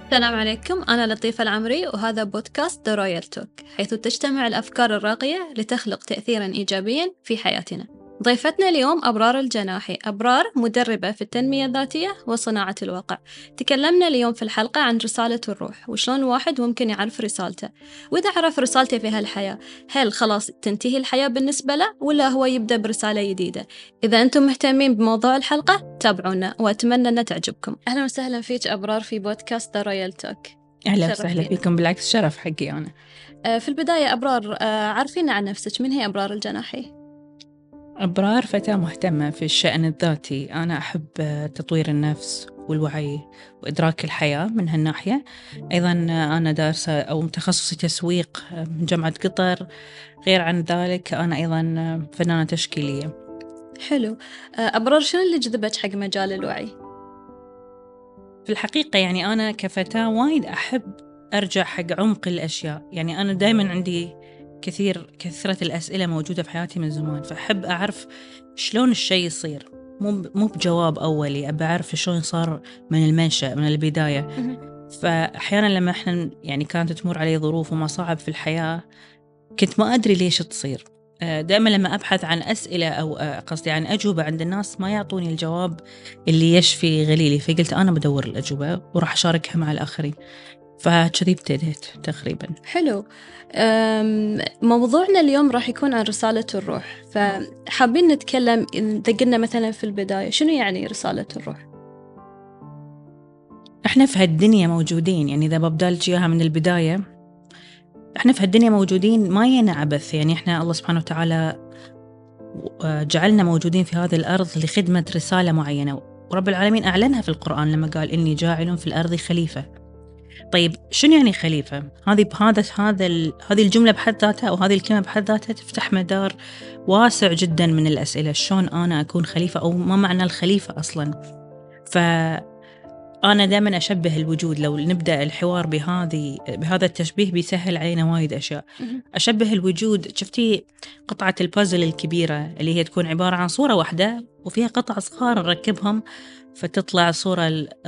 السلام عليكم، أنا لطيفة العمري وهذا بودكاست The Royal Talk، حيث تجتمع الأفكار الراقية لتخلق تأثيراً إيجابياً في حياتنا. ضيفتنا اليوم أبرار الجناحي. أبرار مدربة في التنمية الذاتية وصناعة الواقع. تكلمنا اليوم في الحلقة عن رسالة الروح وشلون الواحد ممكن يعرف رسالته، وإذا عرف رسالته في هالحياة هل خلاص تنتهي الحياة بالنسبة له ولا هو يبدأ برسالة جديدة؟ إذا أنتم مهتمين بموضوع الحلقة تابعونا وأتمنى أن تعجبكم. أهلا وسهلا فيك أبرار في بودكاست The Royal Talk. أهلا وسهلا فيكم، بالعكس شرف حقي أنا. في البداية أبرار، عارفين عن نفسك، من هي أبرار الجناحي؟ أبرار فتاة مهتمة في الشأن الذاتي. أنا أحب تطوير النفس والوعي وإدراك الحياة من هالناحية. أيضا أنا دارسة أو تخصصي تسويق من جامعة قطر. غير عن ذلك أنا أيضا فنانة تشكيلية. حلو. أبرار، شنو اللي جذبك حق مجال الوعي؟ في الحقيقة يعني أنا كفتاة وايد أحب أرجع حق عمق الأشياء. يعني أنا دايما عندي كثرة الأسئلة موجودة في حياتي من زمان، فأحب أعرف شلون الشيء يصير، مو بجواب أولي، أبى أعرف شلون صار من المنشأ من البداية. فأحيانا لما إحنا يعني كانت تمر علي ظروف ومصاعب في الحياة كنت ما أدري ليش تصير. دائما لما أبحث عن أسئلة أو قصدي عن أجوبة عند الناس ما يعطوني الجواب اللي يشفي غليلي، فقلت أنا بدور الأجوبة وراح أشاركها مع الآخرين، فكذي ابتديت تقريبا. حلو. موضوعنا اليوم راح يكون عن رسالة الروح، فحابين نتكلم إذا قلنا مثلا في البداية شنو يعني رسالة الروح؟ احنا في هالدنيا موجودين، يعني إذا ببدأ لك إياها من البداية، احنا في هالدنيا موجودين ما ينا عبث. يعني احنا الله سبحانه وتعالى جعلنا موجودين في هذه الأرض لخدمة رسالة معينة، ورب العالمين أعلنها في القرآن لما قال إني جاعل في الأرض خليفة. طيب شنو يعني خليفة؟ هذه الجملة بحد ذاتها أو هذه الكلمة بحد ذاتها تفتح مدار واسع جدا من الأسئلة. شلون أنا أكون خليفة، أو ما معنى الخليفة أصلا؟ فأنا دائما أشبه الوجود، لو نبدأ الحوار بهذا التشبيه بيسهل علينا وايد أشياء. أشبه الوجود، شفتي قطعة البازل الكبيرة اللي هي تكون عبارة عن صورة واحدة وفيها قطع صغار نركبهم فتطلع الصورة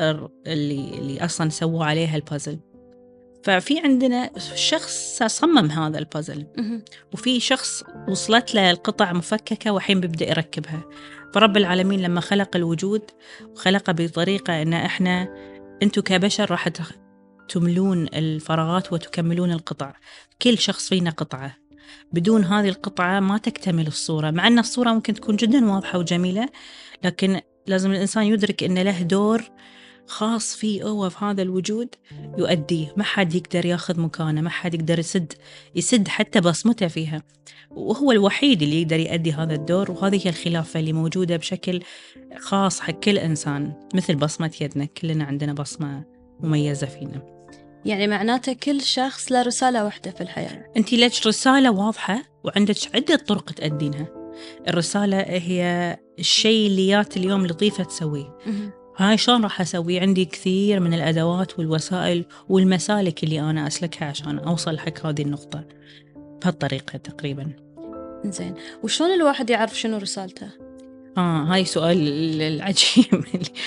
اللي أصلا سووا عليها البازل. ففي عندنا شخص صمم هذا البازل، وفي شخص وصلت له القطع مفككة وحين بيبدأ يركبها. فرب العالمين لما خلق الوجود خلقه بطريقة إن أنتوا كبشر راح تملون الفراغات وتكملون القطع. كل شخص فينا قطعة، بدون هذه القطعة ما تكتمل الصورة. مع أن الصورة ممكن تكون جدا واضحة وجميلة، لكن لازم الإنسان يدرك أن له دور خاص فيه هو في هذا الوجود يؤديه. ما حد يقدر ياخذ مكانه، ما حد يقدر يسد حتى بصمته فيها، وهو الوحيد اللي يقدر يؤدي هذا الدور. وهذه هي الخلافة اللي موجودة بشكل خاص حق كل إنسان، مثل بصمة يدنا، كلنا عندنا بصمة مميزة فينا. يعني معناته كل شخص له رسالة واحدة في الحياة. أنت لك رسالة واضحة وعندك عدة طرق تأدينها. الرسالة هي الشيء اللي يات اليوم لطيفة تسويه. هاي شلون راح أسوي؟ عندي كثير من الأدوات والوسائل والمسالك اللي أنا أسلكها عشان أوصل حق هذه النقطة بهالطريقة تقريبا. زين، وشلون الواحد يعرف شنو رسالته؟ هاي سؤال العجيب.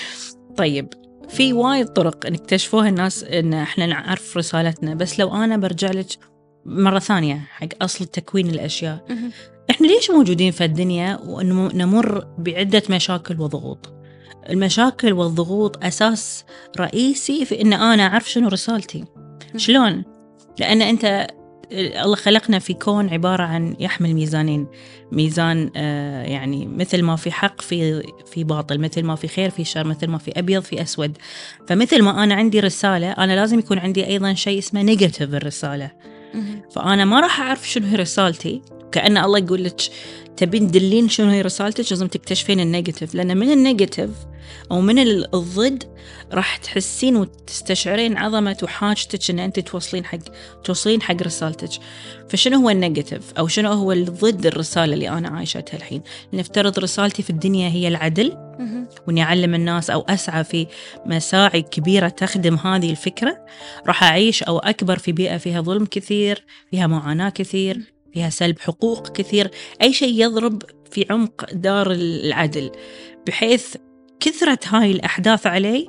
طيب في وايد طرق نكتشفوها الناس إن إحنا نعرف رسالتنا، بس لو أنا برجع لك مرة ثانية حق أصل تكوين الأشياء. إحنا ليش موجودين في الدنيا ونمر بعدة مشاكل وضغوط؟ المشاكل والضغوط أساس رئيسي في إن أنا أعرف شنو رسالتي. شلون؟ لأن أنت الله خلقنا في كون عبارة عن يحمل ميزانين. ميزان يعني مثل ما في حق في باطل، مثل ما في خير في شر، مثل ما في أبيض في أسود. فمثل ما أنا عندي رسالة، أنا لازم يكون عندي أيضا شيء اسمه نيجاتيف الرسالة. فأنا ما راح أعرف شنو هي رسالتي. كأن الله يقول لك تبين تدلين شنو هي رسالتك، لازم تكتشفين النيجاتيف، لأن من النيجاتيف أو من الضد راح تحسين وتستشعرين عظمة وحاجتك أن أنت توصلين حق رسالتك. فشنو هو النيجاتيف أو شنو هو الضد الرسالة اللي أنا عايشتها الحين؟ نفترض رسالتي في الدنيا هي العدل، وإني أعلم الناس أو أسعى في مساعي كبيرة تخدم هذه الفكرة. راح أعيش أو أكبر في بيئة فيها ظلم كثير، فيها معاناة كثير، فيها سلب حقوق كثير، أي شيء يضرب في عمق دار العدل، بحيث كثرة هاي الأحداث علي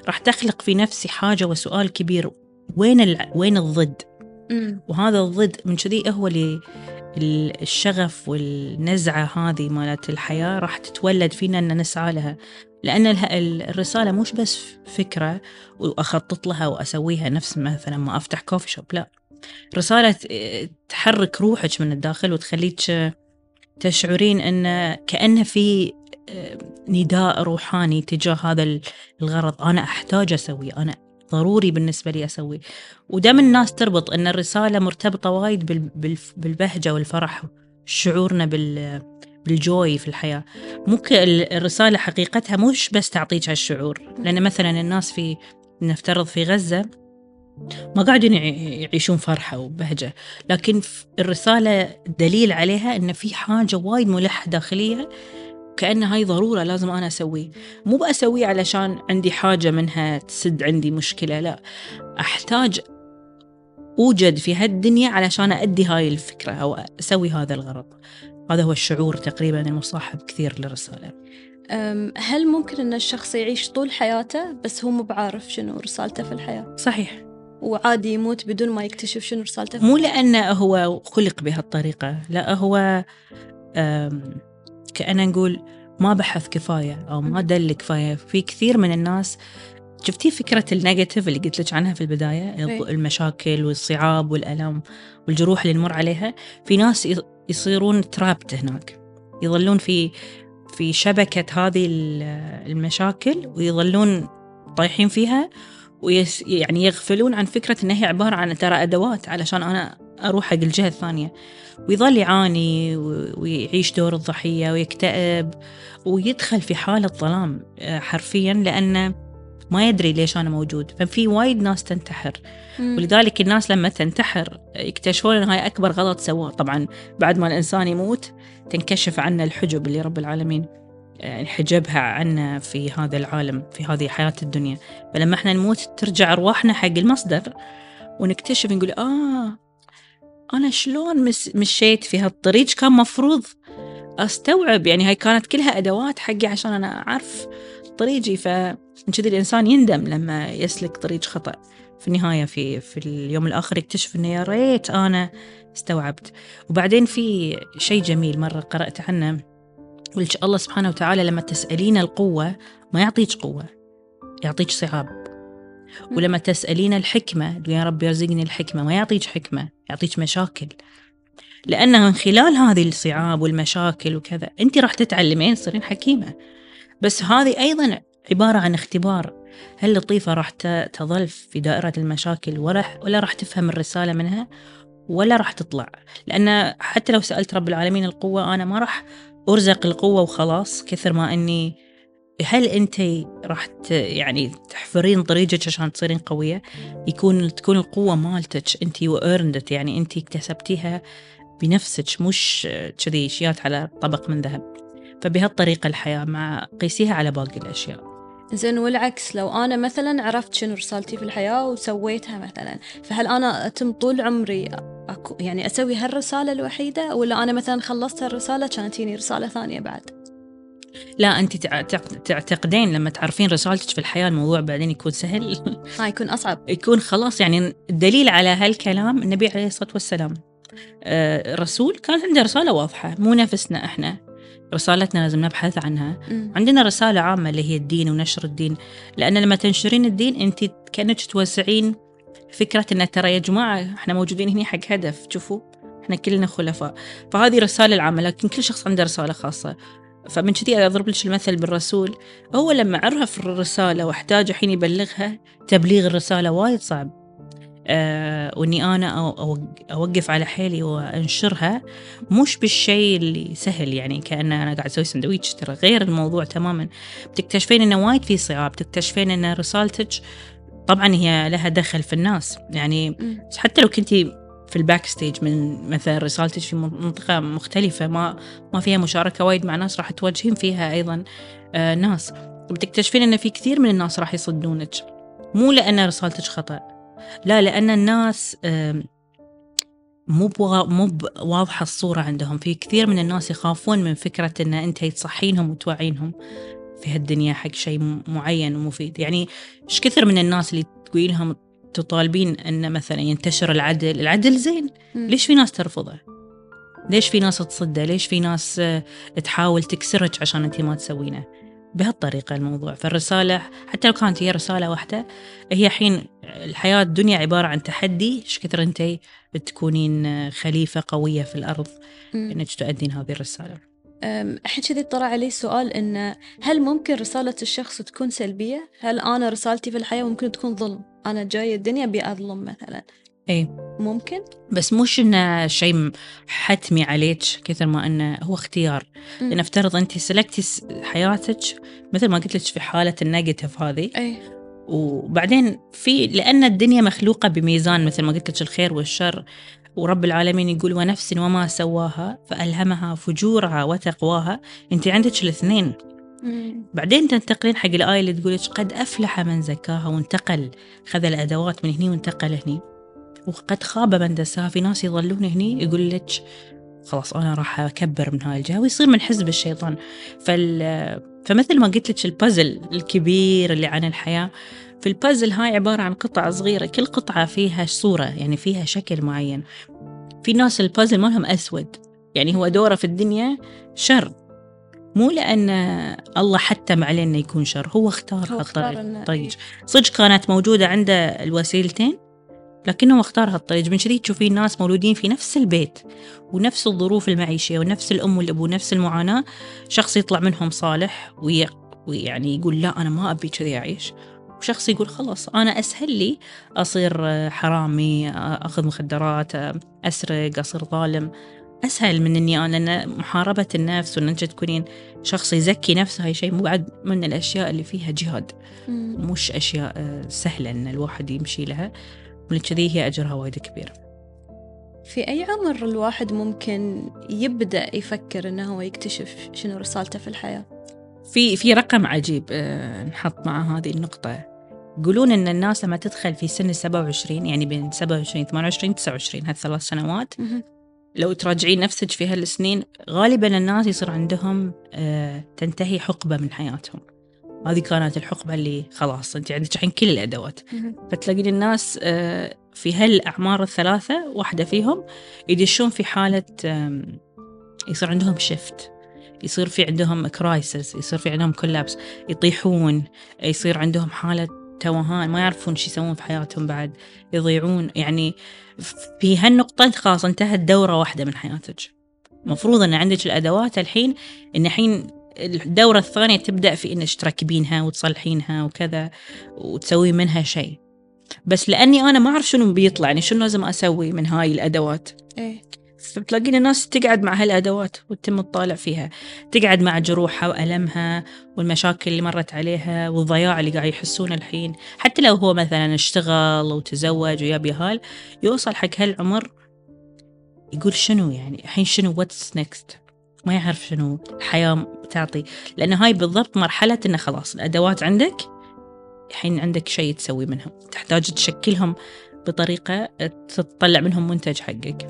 راح تخلق في نفسي حاجة وسؤال كبير، وين الضد؟ وهذا الضد من كذي هو اللي الشغف والنزعة هذه مالت الحياة راح تتولد فينا أن نسعى لها. لأن الرسالة مش بس فكرة وأخطط لها وأسويها نفس مثلا ما أفتح كوفي شوب، لا، رسالة تحرك روحك من الداخل وتخليك تشعرين أن كأنه في نداء روحاني تجاه هذا الغرض، أنا أحتاج أسوي، أنا ضروري بالنسبة لي أسوي. ودام الناس تربط أن الرسالة مرتبطة وايد بالبهجة والفرح، شعورنا بالجوي في الحياة. ممكن الرسالة حقيقتها مش بس تعطيك هالشعور، لأن مثلا الناس نفترض في غزة ما قاعدين يعيشون فرحة وبهجة، لكن الرسالة دليل عليها أن في حاجة وايد ملحة داخلية، كأن هاي ضرورة لازم أنا أسويه. مو بأسويه علشان عندي حاجة منها تسد عندي مشكلة، لا، أحتاج أوجد في هالدنيا علشان أؤدي هاي الفكرة أو أسوي هذا الغرض. هذا هو الشعور تقريبا المصاحب كثير للرسالة. هل ممكن أن الشخص يعيش طول حياته بس هو مو بعارف شنو رسالته في الحياة؟ صحيح. وعادي يموت بدون ما يكتشف شنو رسالته؟ مو لأنه هو خلق بهالطريقة، لا، هو كأننا نقول ما بحث كفاية أو ما دل كفاية. في كثير من الناس، شفتي فكرة النيجاتيف اللي قلت لك عنها في البداية، المشاكل والصعاب والألم والجروح اللي نمر عليها، في ناس يصيرون ترابت هناك، يظلون في شبكة هذه المشاكل ويظلون طايحين فيها، يعني يغفلون عن فكرة أنها هي عبارة عن ترى أدوات علشان أنا أروح حق الجهة الثانية، ويظل يعاني ويعيش دور الضحية ويكتئب ويدخل في حالة ظلام حرفيا، لأنه ما يدري ليش أنا موجود. ففي وايد ناس تنتحر، ولذلك الناس لما تنتحر يكتشفون أن هاي أكبر غلط سواه. طبعا بعد ما الإنسان يموت تنكشف عنه الحجب اللي رب العالمين يعني حجبها عنا في هذا العالم، في هذه حياة الدنيا. فلما احنا نموت ترجع أرواحنا حق المصدر، ونكتشف نقول أنا شلون مشيت في هالطريق، كان مفروض أستوعب، يعني هاي كانت كلها أدوات حقي عشان أنا أعرف طريقي. فمن كذي الإنسان يندم لما يسلك طريق خطأ، في النهاية في اليوم الآخر يكتشف إنه يا ريت أنا استوعبت. وبعدين في شيء جميل مرة قرأت عنه، ولك الله سبحانه وتعالى لما تسألين القوة ما يعطيك قوة، يعطيك صعاب. ولما تسألين الحكمة يا رب يرزقني الحكمة، ما يعطيك حكمة، يعطيك مشاكل. لأن من خلال هذه الصعاب والمشاكل وكذا أنت راح تتعلمين تصيرين حكيمة. بس هذه أيضا عبارة عن اختبار، هل لطيفة راح تظل في دائرة المشاكل ولا راح تفهم الرسالة منها ولا راح تطلع. لأن حتى لو سألت رب العالمين القوة، أنا ما راح أرزق القوة وخلاص كثر ما أني، هل أنت راح يعني تحفرين طريقك عشان تصيرين قوية؟ تكون القوة مالتك أنت وأرندت، يعني أنت اكتسبتيها بنفسك، مش كذي شيات على طبق من ذهب. فبهالطريقة الحياة مع قيسيها على باقي الأشياء. زين، والعكس لو أنا مثلا عرفت شنو رسالتي في الحياة وسويتها مثلا، فهل أنا أتم طول عمري يعني أسوي هالرسالة الوحيدة، ولا أنا مثلا خلصت هالرسالة كانت تجيني رسالة ثانية بعد؟ لا، أنت تعتقدين لما تعرفين رسالتك في الحياة الموضوع بعدين يكون سهل. يكون أصعب، يكون خلاص. يعني الدليل على هالكلام النبي عليه الصلاة والسلام، الرسول كان عنده رسالة واضحة، مو نفسنا إحنا رسالتنا لازم نبحث عنها. عندنا رسالة عامة اللي هي الدين ونشر الدين، لأن لما تنشرين الدين أنت كأنك توسعين فكرة أن ترى يا جماعة إحنا موجودين هنا حق هدف، شوفوا إحنا كلنا خلفاء. فهذه رسالة العامة، لكن كل شخص عنده رسالة خاصة. فمن كذي أضرب لك المثل بالرسول، هو لما عرف الرسالة واحتاج حين يبلغها، تبليغ الرسالة وايد صعب. وإني أنا أوقف على حيلي وأنشرها مش بالشيء اللي سهل، يعني كأن أنا قاعد أسوي سندويتش، ترى غير الموضوع تماما. بتكتشفين إنه وايد في صعاب، تكتشفين إن رسالتك طبعا هي لها دخل في الناس، يعني حتى لو كنتي في الباك ستيج من مثلا رسالتك في منطقة مختلفة ما فيها مشاركة وايد مع ناس، راح تواجهين فيها أيضا ناس. بتكتشفين إن في كثير من الناس راح يصدونك، مو لأن رسالتك خطأ، لا، لأن الناس مو واضحة الصورة عندهم. في كثير من الناس يخافون من فكرة أن أنت تصحينهم وتوعينهم، في هالدنيا حق شيء معين ومفيد. يعني إيش كثر من الناس اللي تقول لهم تطالبين أن مثلا ينتشر العدل زين، ليش في ناس ترفضه؟ ليش في ناس تصده؟ ليش في ناس تحاول تكسرك عشان أنت ما تسوينه؟ بهالطريقة الموضوع. فالرسالة حتى لو كانت هي رسالة واحدة، هي حين الحياة الدنيا عبارة عن تحدي، إيش كثر أنت تكونين خليفة قوية في الأرض إنك تؤدين هذه الرسالة. الحين كذي طلع علي سؤال، إنه هل ممكن رسالة الشخص تكون سلبية؟ هل أنا رسالتي في الحياة ممكن تكون ظلم؟ أنا جاي الدنيا بأظلم مثلا؟ إيه ممكن، بس مش إنه شيء حتمي عليك كثر ما إنه هو اختيار. لنفترض أنت سلكتي حياتك مثل ما قلت لك في حالة النيجاتيف هذه، وبعدين لأن الدنيا مخلوقة بميزان مثل ما قلت لك الخير والشر، ورب العالمين يقول ونفس وما سواها فألهمها فجورها وتقواها. أنت عندك الاثنين. بعدين تنتقلين حق الآية اللي تقولك قد أفلح من زكاها، وانتقل خذ الأدوات من هني وانتقل هني، وقد خاب من دساها. في ناس يظلون هني يقول لك خلاص أنا راح أكبر من هاي الجهة، ويصير من حزب الشيطان. فمثل ما قلت لك البازل الكبير اللي عن الحياة، في البازل هاي عبارة عن قطع صغيرة، كل قطعة فيها صورة، يعني فيها شكل معين. في ناس البازل مالهم أسود، يعني هو دوره في الدنيا شر، مو لأن الله حتم عليه أنه يكون شر، هو اختار هالطريق. صدق كانت موجودة عنده الوسيلتين، لكنه اختار هالطريق. من شديد تشوفين ناس مولودين في نفس البيت ونفس الظروف المعيشية ونفس الأم والأبو نفس المعاناة، شخص يطلع منهم صالح ويعني يقول لا أنا ما أبي كذي أعيش، وشخص يقول خلاص أنا أسهل لي أصير حرامي، أخذ مخدرات، أسرق، أصير ظالم، أسهل من أني أنا. لأن محاربة النفس وأن أنت تكونين شخص يزكي نفسه هاي شيء بعد من الأشياء اللي فيها جهاد، مش أشياء سهلة أن الواحد يمشي لها، ولكذي هي أجرها وايد كبير. في أي عمر الواحد ممكن يبدأ يفكر أنه هو يكتشف شنو رسالته في الحياة؟ في رقم عجيب نحط مع هذه النقطة. يقولون أن الناس لما تدخل في سن 27، يعني بين 27 28 29 هالثلاث سنوات، لو تراجعين نفسك في هالسنين غالبا الناس يصير عندهم تنتهي حقبة من حياتهم. هذه كانت الحقبة اللي خلاص أنت عندك الحين كل الأدوات. فتلاقين الناس في هالأعمار الثلاثة واحدة فيهم يدشون في حالة يصير عندهم شيفت، يصير في عندهم كرايسس، يصير في عندهم كولابس، يطيحون، يصير عندهم حالة توهان، ما يعرفون شو يسوون في حياتهم، بعد يضيعون. يعني في هالنقطة خلاص انتهت دورة واحدة من حياتك. مفروض أن عندك الأدوات الحين، إن الحين الدورة الثانية تبدأ في إنك تركبينها وتصلحينها وكذا وتسوي منها شيء. بس لأني أنا ما أعرف شنو بيطلع، يعني شنو لازم أسوي من هاي الأدوات، فبتلاقين الناس تقعد مع هالأدوات وتتم تطالع فيها، تقعد مع جروحها وألمها والمشاكل اللي مرت عليها والضياع اللي قاعد يحسون الحين. حتى لو هو مثلا اشتغل وتزوج ويابي هال، يوصل حق هالعمر يقول شنو يعني الحين، شنو what's next، ما يعرف شنو الحياة تعطي. لأن هاي بالضبط مرحلة إنه خلاص الأدوات عندك، الحين عندك شيء تسوي منهم، تحتاج تشكلهم بطريقة تطلع منهم منتج حقك.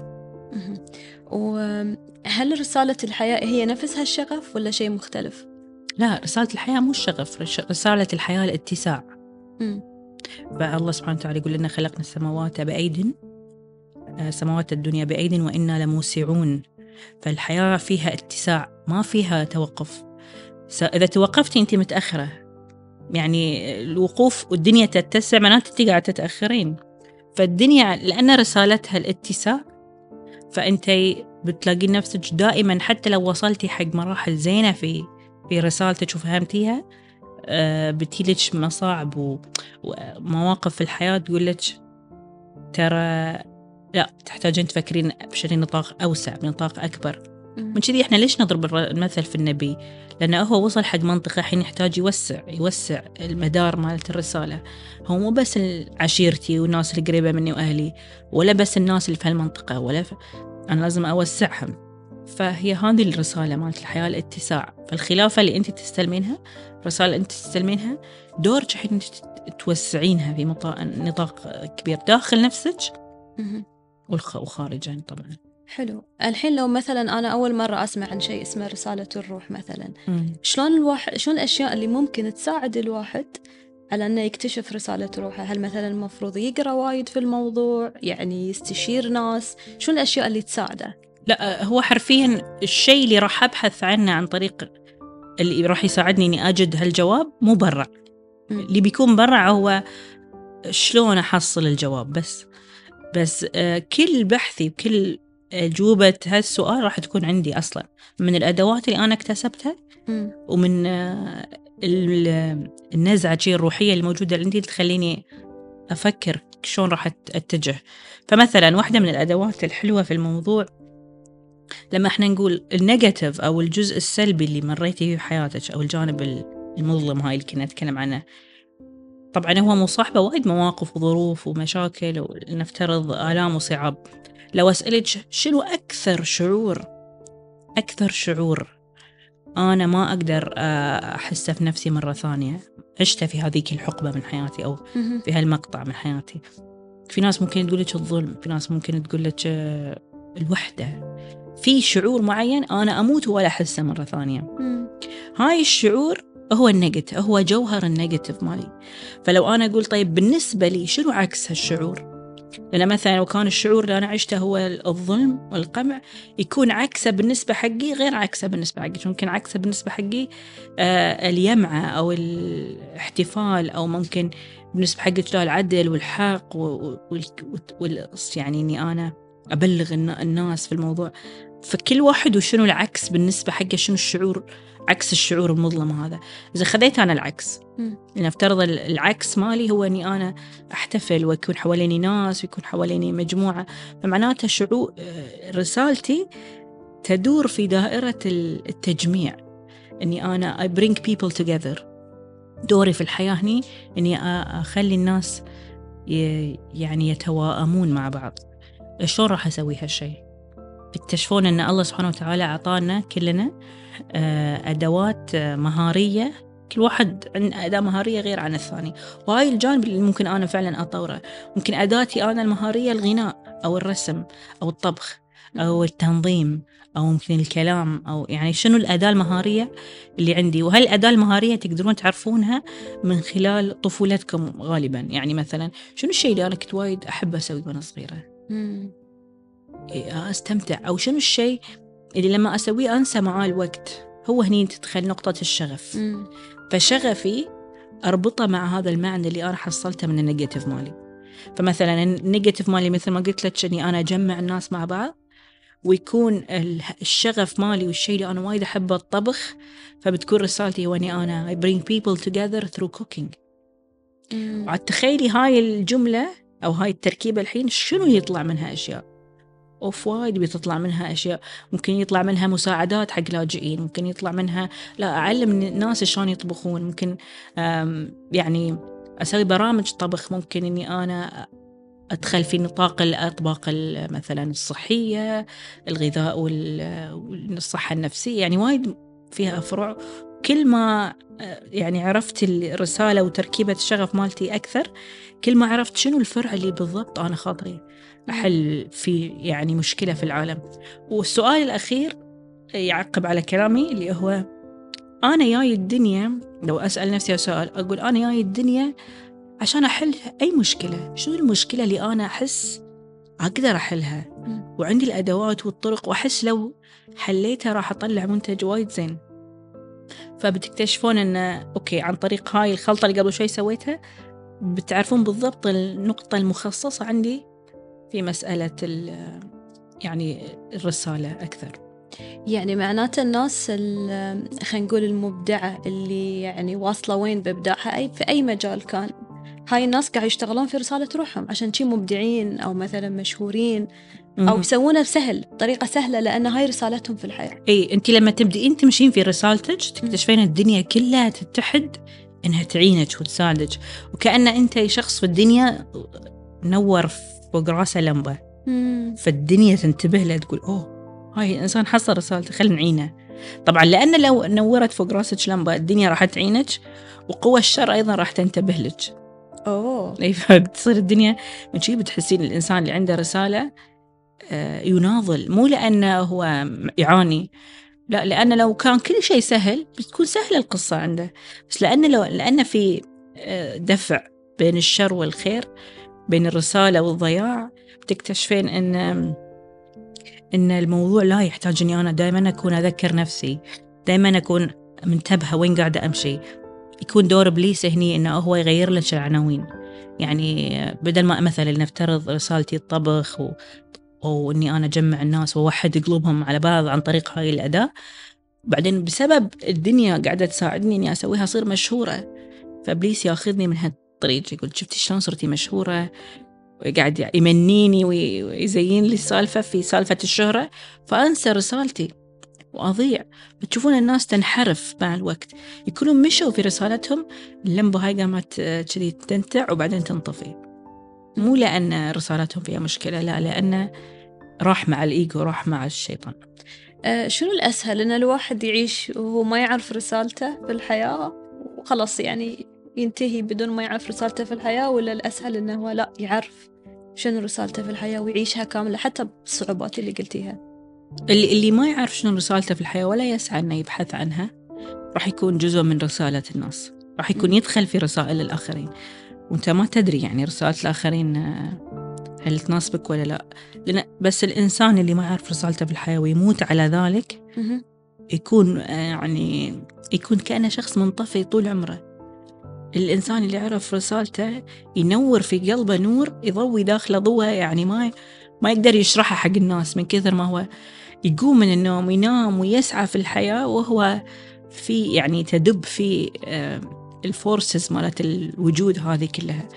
وهل رسالة الحياة هي نفسها الشغف ولا شيء مختلف؟ لا، رسالة الحياة مو الشغف، رسالة الحياة الاتساع. فالله سبحانه وتعالى يقول لنا خلقنا السماوات بأيد، سماوات الدنيا بأيد وإنا لموسعون. فالحياة فيها اتساع، ما فيها توقف. إذا توقفتي أنت متأخرة، يعني الوقوف والدنيا تتسع معناته أنت قاعدة تتأخرين. فالدنيا لأن رسالتها الاتساع، فأنت بتلاقي نفسك دائما حتى لو وصلتي حق مراحل زينة في رسالتك وفهمتيها، بتيلك مصاعب ومواقف في الحياة تقول لك ترى لا، تحتاجين تفكرين بشكل نطاق أوسع، بنطاق أكبر. من كذي إحنا ليش نضرب المثل في النبي؟ لأنه هو وصل حق منطقة حين يحتاج يوسع المدار مالت الرسالة. هو مو بس عشيرتي والناس القريبة مني وأهلي، ولا بس الناس اللي في هالمنطقة، ولا أنا لازم أوسعهم. فهي هذه الرسالة مالت الحياة الاتساع. فالخلافة اللي أنت تستلمينها، رسالة أنت تستلمينها، دورك حين توسعينها في نطاق كبير داخل نفسك وخارجا طبعا. حلو. الحين لو مثلا أنا أول مرة أسمع عن شيء اسمه رسالة الروح مثلا، مم. شلون الأشياء اللي ممكن تساعد الواحد على أنه يكتشف رسالة روحه؟ هل مثلا المفروض يقرأ وايد في الموضوع، يعني يستشير ناس؟ شو الأشياء اللي تساعده؟ لا، هو حرفيا الشيء اللي راح أبحث عنه عن طريق اللي راح يساعدني إني أجد هالجواب مو برا. اللي بيكون برا هو شلون أحصل الجواب بس كل بحثي بكل أجوبة هالسؤال راح تكون عندي أصلا من الأدوات اللي أنا اكتسبتها ومن النزعة الروحية الموجودة عندي اللي تخليني أفكر شلون راح أتجه. فمثلا واحدة من الأدوات الحلوة في الموضوع لما احنا نقول النيجاتيف أو الجزء السلبي اللي مريتي فيه في حياتك أو الجانب المظلم هاي اللي كنا نتكلم عنه، طبعا هو مصاحبة وايد مواقف وظروف ومشاكل ونفترض آلام وصعاب. لو أسألك شنو أكثر شعور أنا ما أقدر أحسه في نفسي مرة ثانية عشته في هذيك الحقبة من حياتي أو في هالمقطع من حياتي، في ناس ممكن تقول لك الظلم، في ناس ممكن تقول لك الوحدة، في شعور معين أنا أموت ولا أحسه مرة ثانية. هاي الشعور هو النيجاتيف، هو جوهر النيجاتيف مالي. فلو أنا أقول طيب بالنسبة لي شنو عكس هالشعور؟ لأن مثلا لو كان الشعور اللي أنا عشته هو الظلم والقمع، يكون عكسه بالنسبة حقي غير عكسه بالنسبة حقي. ممكن عكسه بالنسبة حقي اليمعة أو الاحتفال، أو ممكن بالنسبة حقي العدل والحق يعني إني أنا أبلغ الناس في الموضوع. فكل واحد وشنو العكس بالنسبة حقه، شنو الشعور عكس الشعور المظلم هذا. إذا خذيت أنا العكس، نفترض العكس مالي هو أني أنا أحتفل ويكون حواليني ناس ويكون حواليني مجموعة، فمعناته شعور رسالتي تدور في دائرة التجميع، أني أنا I bring people together. دوري في الحياة هني أني أخلي الناس يعني يتواءمون مع بعض. شلون راح أسوي هالشيء؟ اكتشفون أن الله سبحانه وتعالى أعطانا كلنا أدوات مهارية، كل واحد عنده أداة مهارية غير عن الثاني، وهاي الجانب اللي ممكن أنا فعلا أطوره. ممكن أداتي أنا المهارية الغناء أو الرسم أو الطبخ أو التنظيم أو ممكن الكلام، أو يعني شنو الأداة المهارية اللي عندي. وهالأداة المهارية تقدرون تعرفونها من خلال طفولتكم غالبا. يعني مثلا شنو الشيء اللي أنا كنت وايد أحب أسويه وأنا صغيرة، أستمتع، أو شنو الشيء اللي لما أسويه أنسى معاه الوقت. هو هني تدخل نقطة الشغف. فشغفي أربطه مع هذا المعنى اللي أنا حصلته من النيجاتيف مالي. فمثلا النيجاتيف مالي مثل ما قلت لك أني أنا أجمع الناس مع بعض، ويكون الشغف مالي والشيء اللي أنا وايد أحبه الطبخ، فبتكون رسالتي هو أني أنا I bring people together through cooking. وعاد تخيلي هاي الجملة أو هاي التركيبة الحين شنو يطلع منها أشياء وايد بتطلع منها أشياء. ممكن يطلع منها مساعدات حق لاجئين، ممكن يطلع منها لا أعلم الناس شلون يطبخون، ممكن يعني أسوي برامج طبخ، ممكن إني أنا أدخل في نطاق الأطباق مثلا الصحية، الغذاء والصحة النفسية، يعني وايد فيها أفرع. كل ما يعني عرفت الرسالة وتركيبة الشغف مالتي أكثر، كل ما عرفت شنو الفرع اللي بالضبط أنا خاطري أحل في يعني مشكلة في العالم. والسؤال الأخير يعقب على كلامي اللي هو أنا جاي الدنيا، لو أسأل نفسي سؤال أقول أنا جاي الدنيا عشان أحل أي مشكلة. شنو المشكلة اللي أنا أحس أقدر أحلها وعندي الأدوات والطرق، وأحس لو حليتها راح أطلع منتج وايد زين. فبتكتشفون أن أوكي عن طريق هاي الخلطة اللي قبل شوي سويتها بتعرفون بالضبط النقطة المخصصة عندي في مسألة يعني الرسالة أكثر. يعني معناته الناس خلينا نقول المبدعة اللي يعني واصلة وين بإبداعها أي في أي مجال كان، هاي الناس قاعد يشتغلون في رسالة روحهم عشان شي مبدعين أو مثلا مشهورين أو يسوونها بسهل، طريقة سهلة، لأن هاي رسالتهم في الحياة. إيه، أنت لما تبدأين تمشين في رسالتك تكتشفين الدنيا كلها تتحد إنها تعينك وتساعدك، وكأن أنت شخص في الدنيا نور فوق راسه لمبة، فالدنيا تنتبه له تقول أوه هاي الإنسان حصل رسالته خلينا نعينه. طبعا لأن لو نورت فوق راسك لمبة الدنيا راح تعينك، وقوة الشر أيضا راح تنتبه لك. أوه تصير الدنيا من شيء بتحسين الإنسان اللي عنده رسالة يناضل، مو لأنه هو يعاني، لا، لأن لو كان كل شيء سهل بتكون سهلة القصة عنده، بس لأن في دفع بين الشر والخير، بين الرسالة والضياع، بتكتشفين إن الموضوع لا يحتاج إني أنا دائما أكون أذكر نفسي، دائما أكون منتبهة وين قاعدة أمشي. يكون دور إبليس هني إنه هو يغير لك العناوين. يعني بدل ما مثلا نفترض رسالتي الطبخ أو إني أنا أجمع الناس ووحد قلوبهم على بعض عن طريق هاي الأداة، بعدين بسبب الدنيا قاعدة تساعدني إني أسويها أصير مشهورة، فإبليس ياخذني من هالطريق، يقول شفتي شلون صرتي مشهورة، وقاعد يمنيني ويزين لي السالفة في سالفة الشهرة، فأنسى رسالتي وأضيع. بتشوفون الناس تنحرف مع الوقت، يكونوا مشوا في رسالتهم، اللمبة هاي قامت كذي تنتع وبعدين تنطفي، مو لأن رسالتهم فيها مشكلة، لا، لأن راح مع الإيجو، راح مع الشيطان. شنو الأسهل، إن الواحد يعيش وهو ما يعرف رسالته في الحياة وخلاص يعني ينتهي بدون ما يعرف رسالته في الحياة، ولا الأسهل إنه هو لا يعرف شنو رسالته في الحياة ويعيشها كاملة حتى بالصعوبات اللي قلتيها؟ اللي ما يعرف شنو رسالته في الحياة ولا يسعى إنه يبحث عنها، راح يكون جزء من رسالة الناس، راح يكون يدخل في رسائل الآخرين وانت ما تدري يعني رسالة الآخرين هل تناسبك ولا لا. لأن بس الإنسان اللي ما يعرف رسالته في الحياة ويموت على ذلك يكون يعني يكون كأنه شخص منطفي طول عمره. الإنسان اللي يعرف رسالته ينور في قلبه نور، يضوي داخله ضوء، يعني ما يقدر يشرحها حق الناس من كثر ما هو يقوم من النوم وينام ويسعى في الحياة، وهو في يعني تدب في الفورسز مالت الوجود هذه كلها.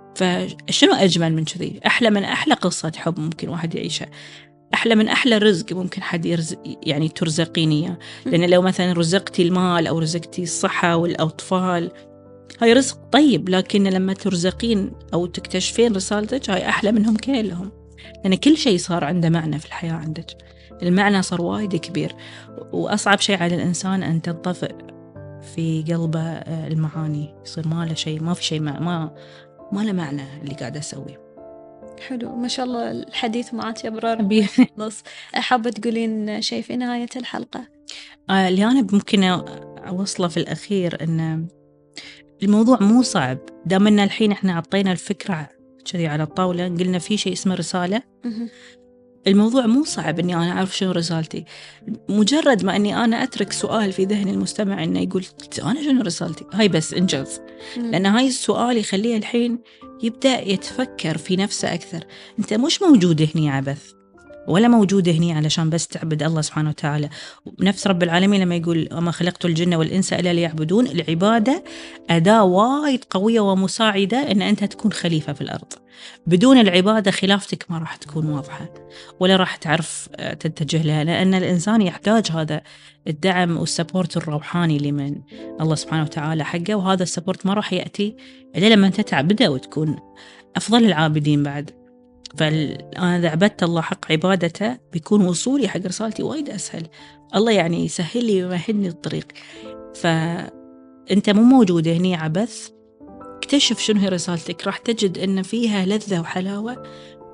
فشنو أجمل من كذي؟ أحلى من أحلى قصة حب ممكن واحد يعيشها، أحلى من أحلى رزق ممكن حد يرزق يعني ترزقيني. لأن لو مثلا رزقتي المال أو رزقتي الصحة والأطفال، هاي رزق طيب، لكن لما ترزقين أو تكتشفين رسالتك هاي أحلى منهم كلهم، لأن كل شيء صار عنده معنى في الحياة عندك، المعنى صار وايد كبير. وأصعب شيء على الإنسان أن تنطفئ في قلبه المعاني، يصير ما له شيء، ما في شيء، ما له معنى اللي قاعد أسويه. حلو، ما شاء الله الحديث معك يا أبرار. نص حابة تقولين شيء في نهاية الحلقة؟ اللي أنا ممكن أوصله في الأخير أن الموضوع مو صعب، دامنا الحين إحنا عطينا الفكرة كذي على الطاولة، قلنا في شيء اسمه رسالة. الموضوع مو صعب إني أنا أعرف شنو رسالتي، مجرد ما إني أنا أترك سؤال في ذهن المستمع إنه يقول أنا شنو رسالتي، هاي بس إنجاز. لأن هاي السؤال يخليه الحين يبدأ يتفكر في نفسه أكثر. أنت مش موجود هني عبث، ولا موجود هني علشان بس تعبد الله سبحانه وتعالى. نفس رب العالمين لما يقول وما خلقت الجن والإنس إلا ليعبدون، العبادة أداة وايد قوية ومساعدة إن أنت تكون خليفة في الأرض. بدون العبادة خلافتك ما راح تكون واضحة ولا راح تعرف تتجه لها، لأن الإنسان يحتاج هذا الدعم والسبورت الروحاني لمن الله سبحانه وتعالى حقه، وهذا السبورت ما راح يأتي إلا لما أنت تعبده وتكون أفضل العابدين بعد. فأنا إذا عبدت الله حق عبادته بيكون وصولي حق رسالتي وايد أسهل، الله يعني يسهل لي ويمهدني الطريق. فأنت مو موجود هني عبث، اكتشف شنو هي رسالتك، راح تجد إن فيها لذة وحلاوة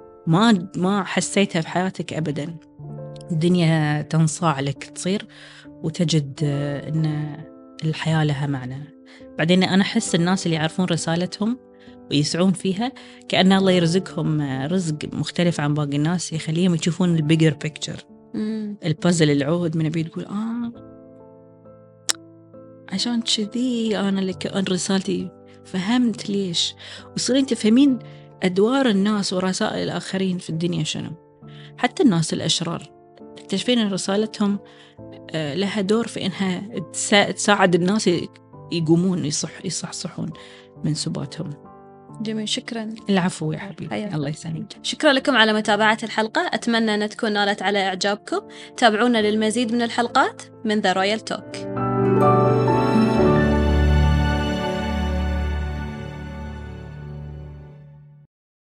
ما حسيتها في حياتك أبدا. الدنيا تنصاع لك تصير وتجد إن الحياة لها معنى. بعدين أنا أحس الناس اللي يعرفون رسالتهم ويسعون فيها كأن الله يرزقهم رزق مختلف عن باقي الناس، يخليهم يشوفون البيجر بيكتشر، البازل العود من بيد، تقول عشان كذي أنا اللي كأن رسالتي فهمت ليش، وصيرين تفهمين أدوار الناس ورسائل الآخرين في الدنيا شنو. حتى الناس الأشرار تكتشفين أن رسالتهم لها دور في إنها تساعد الناس يقومون يصحصحون من سباتهم. جميل، شكرا. العفو يا حبيبي، الله يسلمك. شكرا لكم على متابعة الحلقة، أتمنى أن تكون نالت على إعجابكم. تابعونا للمزيد من الحلقات من The Royal Talk.